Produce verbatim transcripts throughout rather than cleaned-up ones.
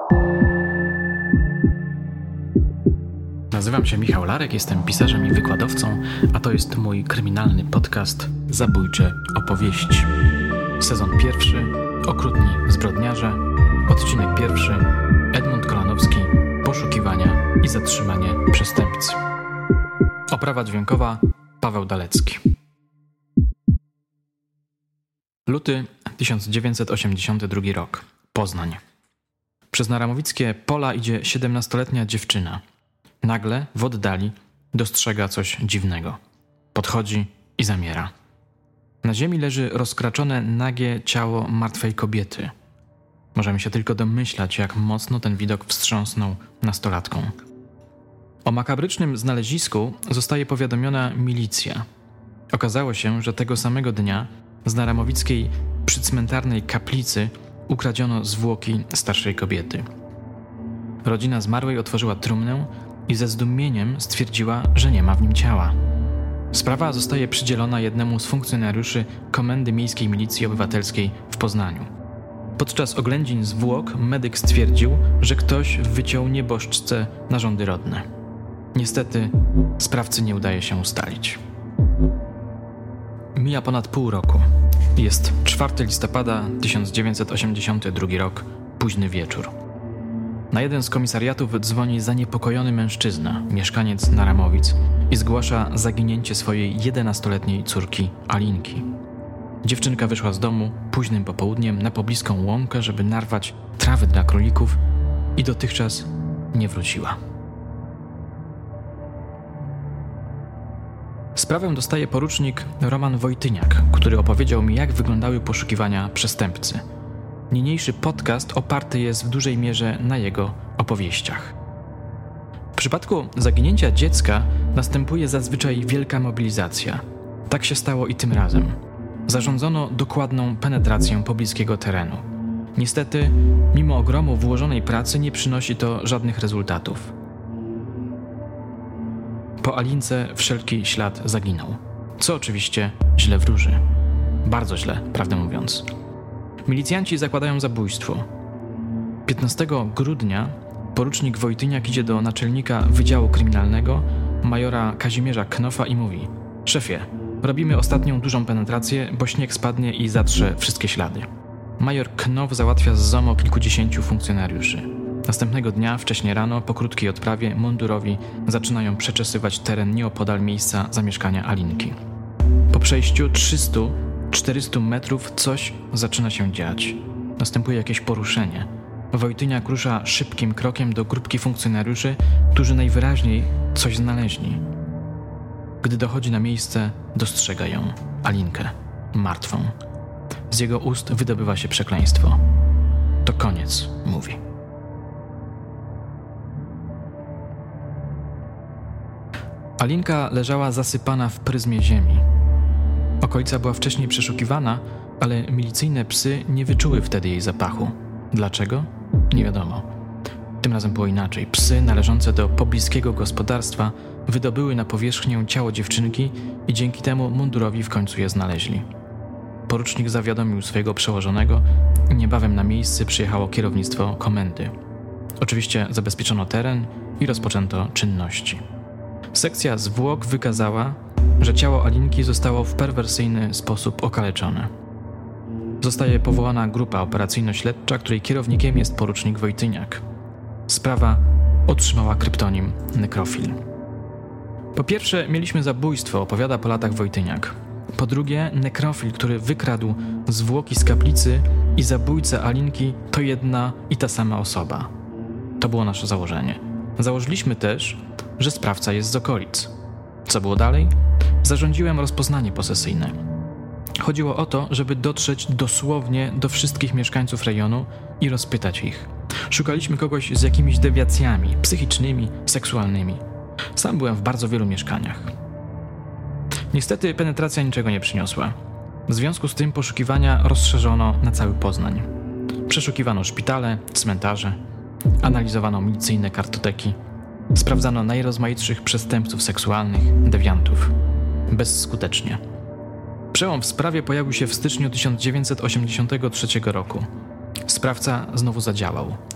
Nazywam się Michał Larek, jestem pisarzem i wykładowcą, a to jest mój kryminalny podcast Zabójcze opowieści. Sezon pierwszy, Okrutni zbrodniarze, odcinek pierwszy, Edmund Kolanowski, poszukiwania i zatrzymanie przestępcy. Oprawa dźwiękowa Paweł Dalecki. Luty tysiąc dziewięćset osiemdziesiąty drugi rok. Poznań. Przez naramowickie pola idzie siedemnastoletnia dziewczyna. Nagle w oddali dostrzega coś dziwnego. Podchodzi i zamiera. Na ziemi leży rozkraczone, nagie ciało martwej kobiety. Możemy się tylko domyślać, jak mocno ten widok wstrząsnął nastolatką. O makabrycznym znalezisku zostaje powiadomiona milicja. Okazało się, że tego samego dnia z naramowickiej przycmentarnej kaplicy ukradziono zwłoki starszej kobiety. Rodzina zmarłej otworzyła trumnę i ze zdumieniem stwierdziła, że nie ma w nim ciała. Sprawa zostaje przydzielona jednemu z funkcjonariuszy Komendy Miejskiej Milicji Obywatelskiej w Poznaniu. Podczas oględzin zwłok medyk stwierdził, że ktoś wyciął nieboszczce narządy rodne. Niestety sprawcy nie udaje się ustalić. Mija ponad pół roku. Jest czwartego listopada tysiąc dziewięćset osiemdziesiąty drugi rok, późny wieczór. Na jeden z komisariatów dzwoni zaniepokojony mężczyzna, mieszkaniec Naramowic, i zgłasza zaginięcie swojej jedenastoletniej córki Alinki. Dziewczynka wyszła z domu późnym popołudniem na pobliską łąkę, żeby narwać trawy dla królików i dotychczas nie wróciła. Sprawę dostaje porucznik Roman Wojtyniak, który opowiedział mi, jak wyglądały poszukiwania przestępcy. Niniejszy podcast oparty jest w dużej mierze na jego opowieściach. W przypadku zaginięcia dziecka następuje zazwyczaj wielka mobilizacja. Tak się stało i tym razem. Zarządzono dokładną penetrację pobliskiego terenu. Niestety, mimo ogromu włożonej pracy nie przynosi to żadnych rezultatów. Po Alince wszelki ślad zaginął, co oczywiście źle wróży. Bardzo źle, prawdę mówiąc. Milicjanci zakładają zabójstwo. piętnastego grudnia porucznik Wojtyniak idzie do naczelnika Wydziału Kryminalnego, majora Kazimierza Knofa i mówi: szefie, robimy ostatnią dużą penetrację, bo śnieg spadnie i zatrze wszystkie ślady. Major Knof załatwia z ZOMO kilkudziesięciu funkcjonariuszy. Następnego dnia, wcześnie rano, po krótkiej odprawie, mundurowi zaczynają przeczesywać teren nieopodal miejsca zamieszkania Alinki. Po przejściu trzystu czterystu metrów coś zaczyna się dziać. Następuje jakieś poruszenie. Wojtyniak rusza szybkim krokiem do grupki funkcjonariuszy, którzy najwyraźniej coś znaleźli. Gdy dochodzi na miejsce, dostrzega ją, Alinkę, martwą. Z jego ust wydobywa się przekleństwo. To koniec, mówi. Alinka leżała zasypana w pryzmie ziemi. Okolica była wcześniej przeszukiwana, ale milicyjne psy nie wyczuły wtedy jej zapachu. Dlaczego? Nie wiadomo. Tym razem było inaczej. Psy należące do pobliskiego gospodarstwa wydobyły na powierzchnię ciało dziewczynki i dzięki temu mundurowi w końcu je znaleźli. Porucznik zawiadomił swojego przełożonego i niebawem na miejsce przyjechało kierownictwo komendy. Oczywiście zabezpieczono teren i rozpoczęto czynności. Sekcja zwłok wykazała, że ciało Alinki zostało w perwersyjny sposób okaleczone. Zostaje powołana grupa operacyjno-śledcza, której kierownikiem jest porucznik Wojtyniak. Sprawa otrzymała kryptonim Nekrofil. Po pierwsze, mieliśmy zabójstwo, opowiada po latach Wojtyniak. Po drugie, Nekrofil, który wykradł zwłoki z kaplicy, i zabójca Alinki to jedna i ta sama osoba. To było nasze założenie. Założyliśmy też, że sprawca jest z okolic. Co było dalej? Zarządziłem rozpoznanie posesyjne. Chodziło o to, żeby dotrzeć dosłownie do wszystkich mieszkańców rejonu i rozpytać ich. Szukaliśmy kogoś z jakimiś dewiacjami psychicznymi, seksualnymi. Sam byłem w bardzo wielu mieszkaniach. Niestety penetracja niczego nie przyniosła. W związku z tym poszukiwania rozszerzono na cały Poznań. Przeszukiwano szpitale, cmentarze, analizowano milicyjne kartoteki, sprawdzano najrozmaitszych przestępców seksualnych, dewiantów. Bezskutecznie. Przełom w sprawie pojawił się w styczniu tysiąc dziewięćset osiemdziesiątego trzeciego roku. Sprawca znowu zadziałał.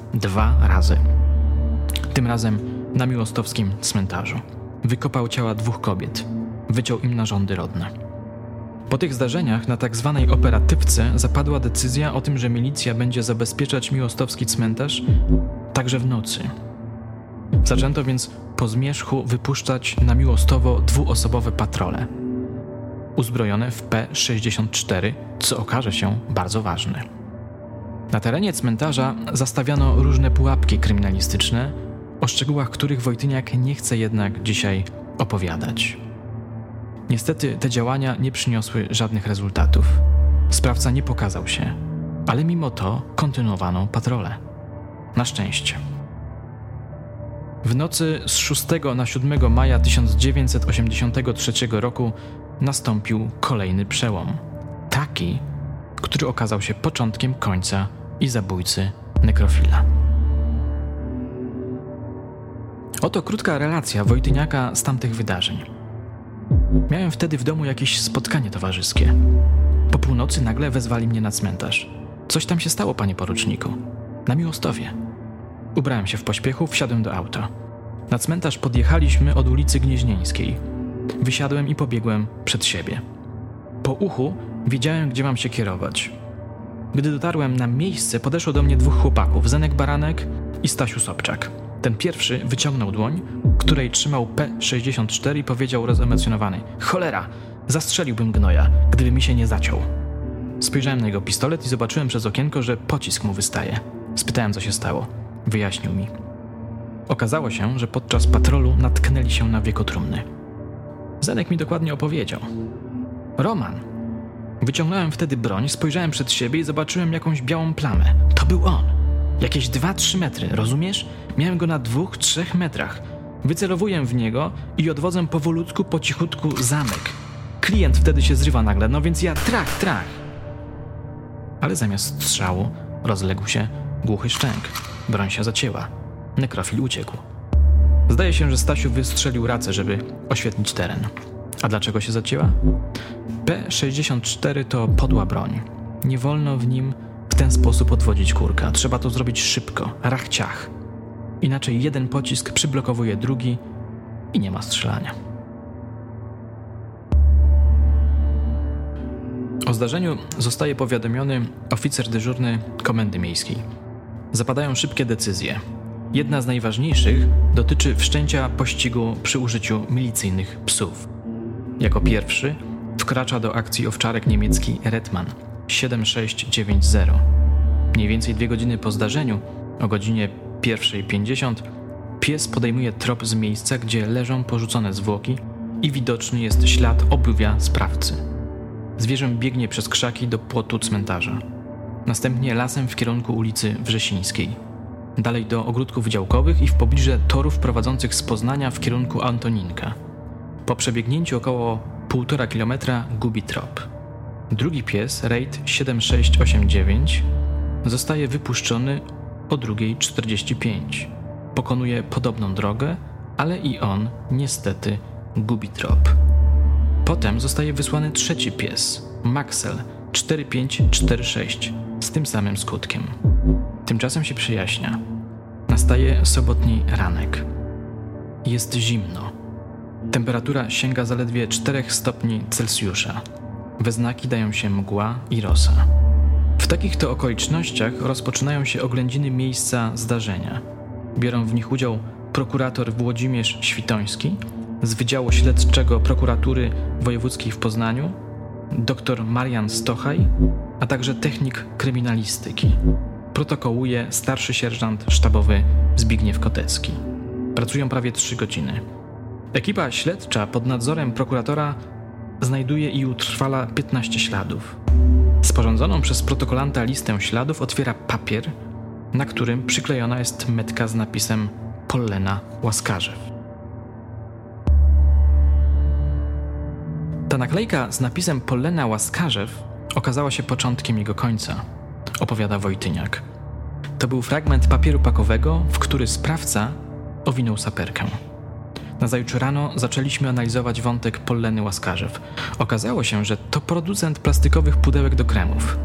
dwa razy. Tym razem na miłostowskim cmentarzu. Wykopał ciała dwóch kobiet. Wyciął im narządy rodne. Po tych zdarzeniach na tak zwanej operatywce zapadła decyzja o tym, że milicja będzie zabezpieczać miłostowski cmentarz także w nocy. Zaczęto więc po zmierzchu wypuszczać na Miłostowo dwuosobowe patrole, uzbrojone w P sześćdziesiąt cztery, co okaże się bardzo ważne. Na terenie cmentarza zastawiano różne pułapki kryminalistyczne, o szczegółach których Wojtyniak nie chce jednak dzisiaj opowiadać. Niestety te działania nie przyniosły żadnych rezultatów. Sprawca nie pokazał się, ale mimo to kontynuowano patrole. Na szczęście. W nocy z szóstego na siódmego maja tysiąc dziewięćset osiemdziesiątego trzeciego roku nastąpił kolejny przełom. Taki, który okazał się początkiem końca i zabójcy nekrofila. Oto krótka relacja Wojtyniaka z tamtych wydarzeń. Miałem wtedy w domu jakieś spotkanie towarzyskie. Po północy nagle wezwali mnie na cmentarz. Coś tam się stało, panie poruczniku. Na Miłostowie. Ubrałem się w pośpiechu, wsiadłem do auta. Na cmentarz podjechaliśmy od ulicy Gnieźnieńskiej. Wysiadłem i pobiegłem przed siebie. Po uchu wiedziałem, gdzie mam się kierować. Gdy dotarłem na miejsce, podeszło do mnie dwóch chłopaków, Zenek Baranek i Stasiu Sobczak. Ten pierwszy wyciągnął dłoń, której trzymał P sześćdziesiąt cztery i powiedział rozemocjonowany: cholera, zastrzeliłbym gnoja, gdyby mi się nie zaciął. Spojrzałem na jego pistolet i zobaczyłem przez okienko, że pocisk mu wystaje. Spytałem, co się stało. Wyjaśnił mi. Okazało się, że podczas patrolu natknęli się na wiekotrumny. Zenek mi dokładnie opowiedział. Roman. Wyciągnąłem wtedy broń, spojrzałem przed siebie i zobaczyłem jakąś białą plamę. To był on. Jakieś dwa trzy metry, rozumiesz? Miałem go na dwóch trzech metrach. Wycelowuję w niego i odwodzę powolutku, po cichutku zamek. Klient wtedy się zrywa nagle, no więc ja trach, trach. Ale zamiast strzału rozległ się głuchy szczęk. Broń się zacięła. Nekrofil uciekł. Zdaje się, że Stasiu wystrzelił racę, żeby oświetlić teren. A dlaczego się zacięła? P sześćdziesiąt cztery to podła broń. Nie wolno w nim w ten sposób odwodzić kurka. Trzeba to zrobić szybko, rach-ciach. Inaczej jeden pocisk przyblokowuje drugi i nie ma strzelania. O zdarzeniu zostaje powiadomiony oficer dyżurny Komendy Miejskiej. Zapadają szybkie decyzje. Jedna z najważniejszych dotyczy wszczęcia pościgu przy użyciu milicyjnych psów. Jako pierwszy wkracza do akcji owczarek niemiecki Redman siedem sześć dziewięć zero. Mniej więcej dwie godziny po zdarzeniu, o godzinie pierwsza pięćdziesiąt, pies podejmuje trop z miejsca, gdzie leżą porzucone zwłoki i widoczny jest ślad obuwia sprawcy. Zwierzę biegnie przez krzaki do płotu cmentarza. Następnie lasem w kierunku ulicy Wrzesińskiej. Dalej do ogródków działkowych i w pobliżu torów prowadzących z Poznania w kierunku Antoninka. Po przebiegnięciu około półtora kilometra gubi trop. Drugi pies, Raid siedem sześć osiem dziewięć, zostaje wypuszczony o druga czterdzieści pięć. Pokonuje podobną drogę, ale i on niestety gubi trop. Potem zostaje wysłany trzeci pies, Maxel cztery pięć cztery sześć, z tym samym skutkiem. Tymczasem się przyjaśnia. Nastaje sobotni ranek. Jest zimno. Temperatura sięga zaledwie czterech stopni Celsjusza. We znaki dają się mgła i rosa. W takich to okolicznościach rozpoczynają się oględziny miejsca zdarzenia. Biorą w nich udział prokurator Włodzimierz Świtoński z Wydziału Śledczego Prokuratury Wojewódzkiej w Poznaniu, dr Marian Stochaj, a także technik kryminalistyki. Protokołuje starszy sierżant sztabowy Zbigniew Kotecki. Pracują prawie trzy godziny. Ekipa śledcza pod nadzorem prokuratora znajduje i utrwala piętnaście śladów. Sporządzoną przez protokolanta listę śladów otwiera papier, na którym przyklejona jest metka z napisem Pollena Łaskarzew. Ta naklejka z napisem Pollena Łaskarzew okazała się początkiem jego końca, opowiada Wojtyniak. To był fragment papieru pakowego, w który sprawca owinął saperkę. Nazajutrz rano zaczęliśmy analizować wątek Polleny Łaskarzew. Okazało się, że to producent plastikowych pudełek do kremów.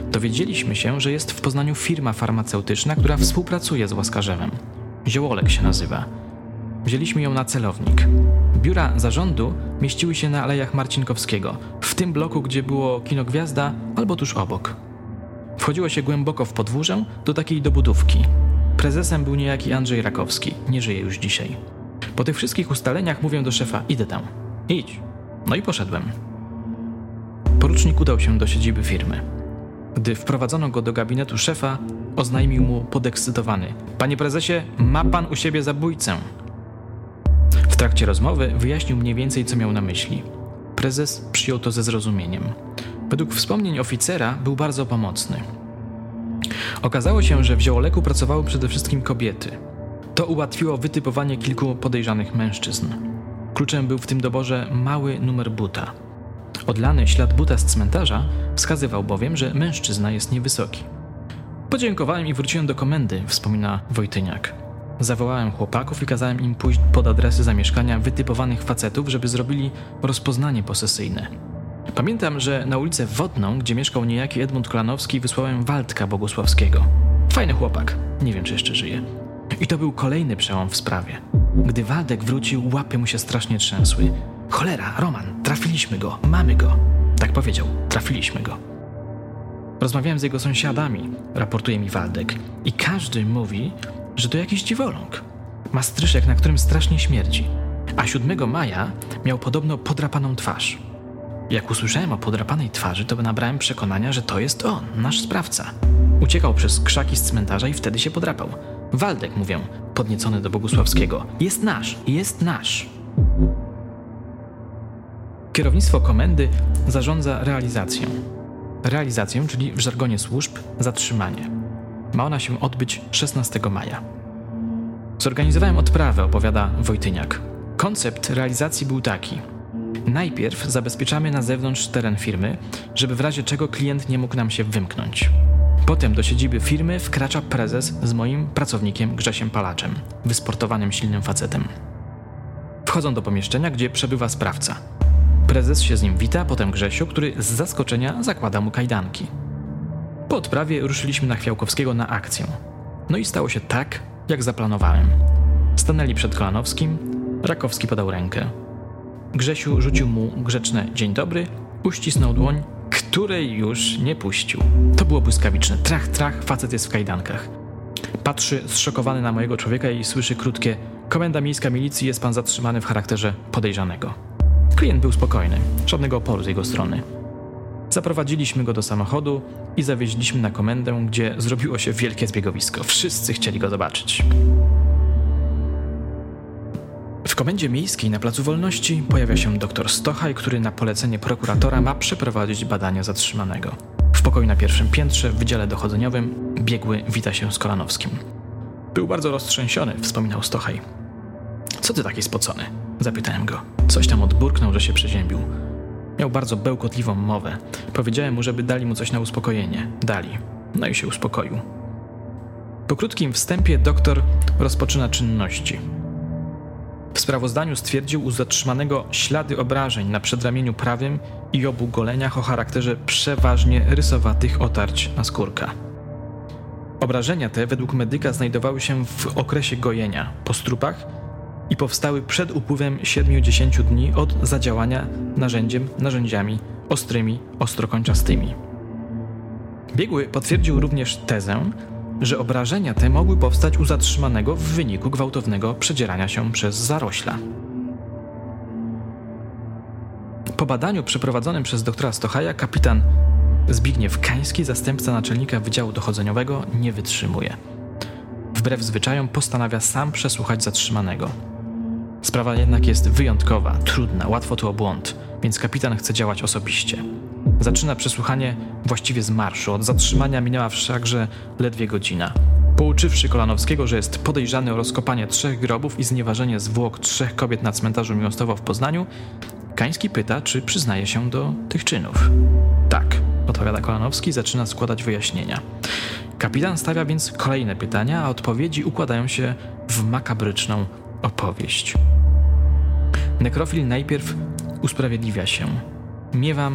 dowiedzieliśmy się, że jest w Poznaniu firma farmaceutyczna, która współpracuje z Łaskarzewem. Ziołolek się nazywa. Wzięliśmy ją na celownik. Biura zarządu mieściły się na Alejach Marcinkowskiego, w tym bloku, gdzie było kino Gwiazda, albo tuż obok. Wchodziło się głęboko w podwórze do takiej dobudówki. Prezesem był niejaki Andrzej Rakowski, nie żyje już dzisiaj. Po tych wszystkich ustaleniach mówię do szefa, idę tam. Idź. No i poszedłem. Porucznik udał się do siedziby firmy. Gdy wprowadzono go do gabinetu szefa, oznajmił mu podekscytowany: Panie prezesie, ma pan u siebie zabójcę. W trakcie rozmowy wyjaśnił mniej więcej, co miał na myśli. Prezes przyjął to ze zrozumieniem. Według wspomnień oficera był bardzo pomocny. Okazało się, że w Ziołoleku pracowały przede wszystkim kobiety. To ułatwiło wytypowanie kilku podejrzanych mężczyzn. Kluczem był w tym doborze mały numer buta. Odlany ślad buta z cmentarza wskazywał bowiem, że mężczyzna jest niewysoki. Podziękowałem i wróciłem do komendy, wspomina Wojtyniak. Zawołałem chłopaków i kazałem im pójść pod adresy zamieszkania wytypowanych facetów, żeby zrobili rozpoznanie posesyjne. Pamiętam, że na ulicę Wodną, gdzie mieszkał niejaki Edmund Kolanowski, wysłałem Waldka Bogusławskiego. Fajny chłopak, nie wiem, czy jeszcze żyje. I to był kolejny przełom w sprawie. Gdy Waldek wrócił, łapy mu się strasznie trzęsły. Cholera, Roman, trafiliśmy go, mamy go. Tak powiedział, trafiliśmy go. Rozmawiałem z jego sąsiadami, raportuje mi Waldek. I każdy mówi, że to jakiś dziwoląg. Ma stryszek, na którym strasznie śmierdzi. A siódmego maja miał podobno podrapaną twarz. Jak usłyszałem o podrapanej twarzy, to nabrałem przekonania, że to jest on, nasz sprawca. Uciekał przez krzaki z cmentarza i wtedy się podrapał. Waldek, mówię, podniecony do Bogusławskiego. Jest nasz, jest nasz. Kierownictwo komendy zarządza realizacją. Realizacją, czyli w żargonie służb, zatrzymanie. Ma ona się odbyć szesnastego maja. Zorganizowałem odprawę, opowiada Wojtyniak. Koncept realizacji był taki. Najpierw zabezpieczamy na zewnątrz teren firmy, żeby w razie czego klient nie mógł nam się wymknąć. Potem do siedziby firmy wkracza prezes z moim pracownikiem Grzesiem Palaczem, wysportowanym, silnym facetem. Wchodzą do pomieszczenia, gdzie przebywa sprawca. Prezes się z nim wita, potem Grzesiu, który z zaskoczenia zakłada mu kajdanki. Po odprawie ruszyliśmy na Chwiałkowskiego na akcję. No i stało się tak, jak zaplanowałem. Stanęli przed Kolanowskim, Rakowski podał rękę. Grzesiu rzucił mu grzeczne dzień dobry, uścisnął dłoń, której już nie puścił. To było błyskawiczne. Trach, trach, facet jest w kajdankach. Patrzy zszokowany na mojego człowieka i słyszy krótkie: Komenda Miejska Milicji, jest pan zatrzymany w charakterze podejrzanego. Klient był spokojny, żadnego oporu z jego strony. Zaprowadziliśmy go do samochodu i zawieźliśmy na komendę, gdzie zrobiło się wielkie zbiegowisko. Wszyscy chcieli go zobaczyć. W komendzie miejskiej na Placu Wolności pojawia się doktor Stochaj, który na polecenie prokuratora ma przeprowadzić badania zatrzymanego. W pokoju na pierwszym piętrze w wydziale dochodzeniowym biegły wita się z Kolanowskim. Był bardzo roztrzęsiony, wspominał Stochaj. Co ty taki spocony? Zapytałem go. Coś tam odburknął, że się przeziębił. Miał bardzo bełkotliwą mowę. Powiedziałem mu, żeby dali mu coś na uspokojenie. Dali. No i się uspokoił. Po krótkim wstępie doktor rozpoczyna czynności. W sprawozdaniu stwierdził u zatrzymanego ślady obrażeń na przedramieniu prawym i obu goleniach o charakterze przeważnie rysowatych otarć naskórka. Obrażenia te według medyka znajdowały się w okresie gojenia po strupach i powstały przed upływem siedmiu do dziesięciu dni od zadziałania narzędziem, narzędziami ostrymi, ostrokończastymi. Biegły potwierdził również tezę, że obrażenia te mogły powstać u zatrzymanego w wyniku gwałtownego przedzierania się przez zarośla. Po badaniu przeprowadzonym przez doktora Stochaja kapitan Zbigniew Kański, zastępca naczelnika Wydziału Dochodzeniowego, nie wytrzymuje. Wbrew zwyczajom postanawia sam przesłuchać zatrzymanego. Sprawa jednak jest wyjątkowa, trudna, łatwo tu o błąd, więc kapitan chce działać osobiście. Zaczyna przesłuchanie właściwie z marszu. Od zatrzymania minęła wszakże ledwie godzina. Pouczywszy Kolanowskiego, że jest podejrzany o rozkopanie trzech grobów i znieważenie zwłok trzech kobiet na cmentarzu Miłostowa w Poznaniu, Kański pyta, czy przyznaje się do tych czynów. Tak, odpowiada Kolanowski i zaczyna składać wyjaśnienia. Kapitan stawia więc kolejne pytania, a odpowiedzi układają się w makabryczną opowieść. Nekrofil najpierw usprawiedliwia się. Miewam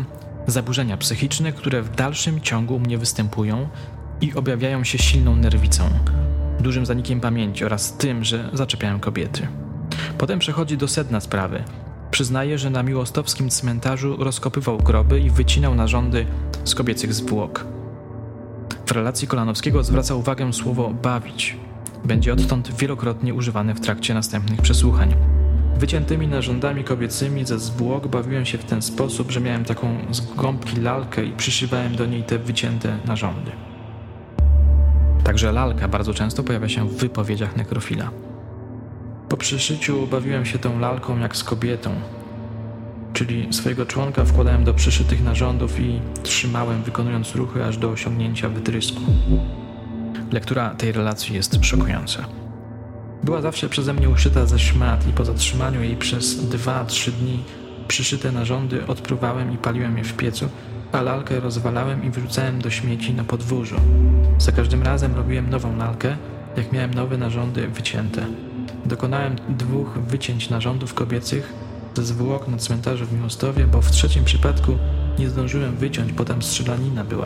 Zaburzenia psychiczne, które w dalszym ciągu u mnie występują i objawiają się silną nerwicą, dużym zanikiem pamięci oraz tym, że zaczepiałem kobiety. Potem przechodzi do sedna sprawy. Przyznaje, że na miłostowskim cmentarzu rozkopywał groby i wycinał narządy z kobiecych zwłok. W relacji Kolanowskiego zwraca uwagę słowo bawić. Będzie odtąd wielokrotnie używane w trakcie następnych przesłuchań. Wyciętymi narządami kobiecymi ze zwłok bawiłem się w ten sposób, że miałem taką z gąbki lalkę i przyszywałem do niej te wycięte narządy. Także lalka bardzo często pojawia się w wypowiedziach nekrofila. Po przyszyciu bawiłem się tą lalką jak z kobietą, czyli swojego członka wkładałem do przyszytych narządów i trzymałem, wykonując ruchy aż do osiągnięcia wytrysku. Lektura tej relacji jest szokująca. Była zawsze przeze mnie uszyta ze szmat i po zatrzymaniu jej przez dwa, trzy dni przyszyte narządy odpruwałem i paliłem je w piecu, a lalkę rozwalałem i wyrzucałem do śmieci na podwórzu. Za każdym razem robiłem nową lalkę, jak miałem nowe narządy wycięte. Dokonałem dwóch wycięć narządów kobiecych ze zwłok na cmentarzu w Miłostowie, bo w trzecim przypadku nie zdążyłem wyciąć, bo tam strzelanina była.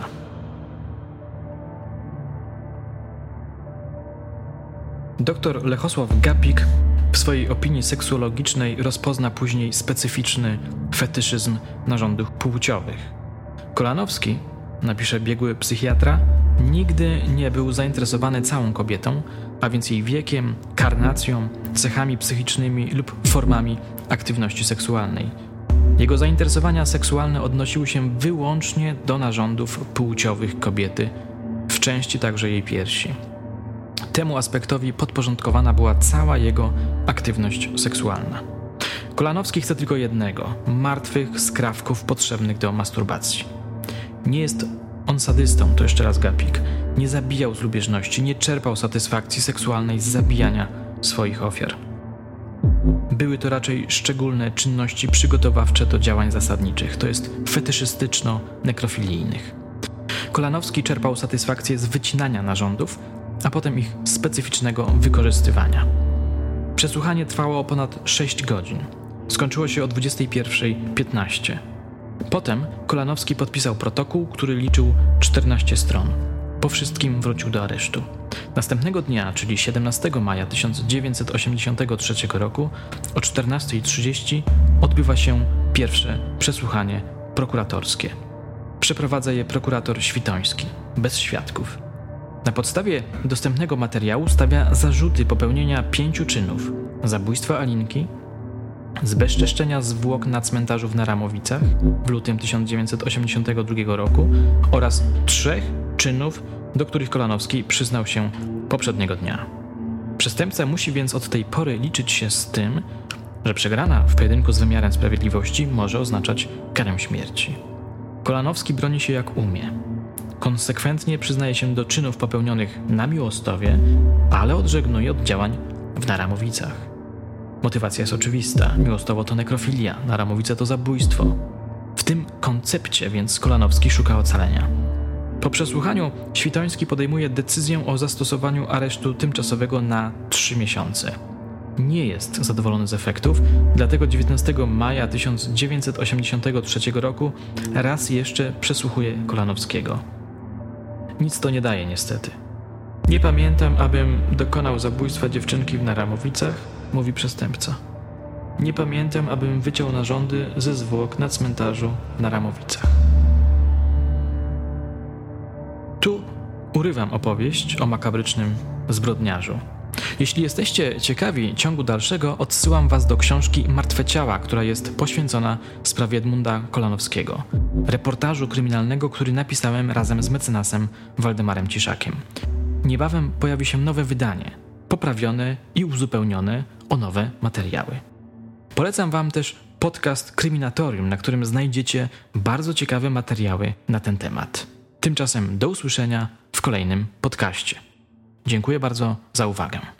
Doktor Lechosław Gapik w swojej opinii seksuologicznej rozpozna później specyficzny fetyszyzm narządów płciowych. Kolanowski, napisze biegły psychiatra, nigdy nie był zainteresowany całą kobietą, a więc jej wiekiem, karnacją, cechami psychicznymi lub formami aktywności seksualnej. Jego zainteresowania seksualne odnosiły się wyłącznie do narządów płciowych kobiety, w części także jej piersi. Temu aspektowi podporządkowana była cała jego aktywność seksualna. Kolanowski chce tylko jednego – martwych skrawków potrzebnych do masturbacji. Nie jest on sadystą, to jeszcze raz Gapik. Nie zabijał z lubieżności, nie czerpał satysfakcji seksualnej z zabijania swoich ofiar. Były to raczej szczególne czynności przygotowawcze do działań zasadniczych, to jest fetyszystyczno-nekrofilijnych. Kolanowski czerpał satysfakcję z wycinania narządów, a potem ich specyficznego wykorzystywania. Przesłuchanie trwało ponad sześć godzin. Skończyło się o dwudziestej pierwszej piętnaście. Potem Kolanowski podpisał protokół, który liczył czternaście stron. Po wszystkim wrócił do aresztu. Następnego dnia, czyli siedemnastego maja tysiąc dziewięćset osiemdziesiątego trzeciego roku o czternastej trzydzieści odbywa się pierwsze przesłuchanie prokuratorskie. Przeprowadza je prokurator Świtoński, bez świadków. Na podstawie dostępnego materiału stawia zarzuty popełnienia pięciu czynów: zabójstwa Alinki, zbezczeszczenia zwłok na cmentarzu w Naramowicach w lutym tysiąc dziewięćset osiemdziesiątego drugiego roku oraz trzech czynów, do których Kolanowski przyznał się poprzedniego dnia. Przestępca musi więc od tej pory liczyć się z tym, że przegrana w pojedynku z wymiarem sprawiedliwości może oznaczać karę śmierci. Kolanowski broni się jak umie. Konsekwentnie przyznaje się do czynów popełnionych na Miłostowie, ale odżegnuje od działań w Naramowicach. Motywacja jest oczywista. Miłostowo to nekrofilia, Naramowice to zabójstwo. W tym koncepcie więc Kolanowski szuka ocalenia. Po przesłuchaniu Świtoński podejmuje decyzję o zastosowaniu aresztu tymczasowego na trzy miesiące. Nie jest zadowolony z efektów, dlatego dziewiętnastego maja tysiąc dziewięćset osiemdziesiątego trzeciego roku raz jeszcze przesłuchuje Kolanowskiego. Nic to nie daje niestety. Nie pamiętam, abym dokonał zabójstwa dziewczynki w Naramowicach, mówi przestępca. Nie pamiętam, abym wyciął narządy ze zwłok na cmentarzu w Naramowicach. Tu urywam opowieść o makabrycznym zbrodniarzu. Jeśli jesteście ciekawi ciągu dalszego, odsyłam was do książki Martwe ciała, która jest poświęcona sprawie Edmunda Kolanowskiego, reportażu kryminalnego, który napisałem razem z mecenasem Waldemarem Ciszakiem. Niebawem pojawi się nowe wydanie, poprawione i uzupełnione o nowe materiały. Polecam wam też podcast Kryminatorium, na którym znajdziecie bardzo ciekawe materiały na ten temat. Tymczasem do usłyszenia w kolejnym podcaście. Dziękuję bardzo za uwagę.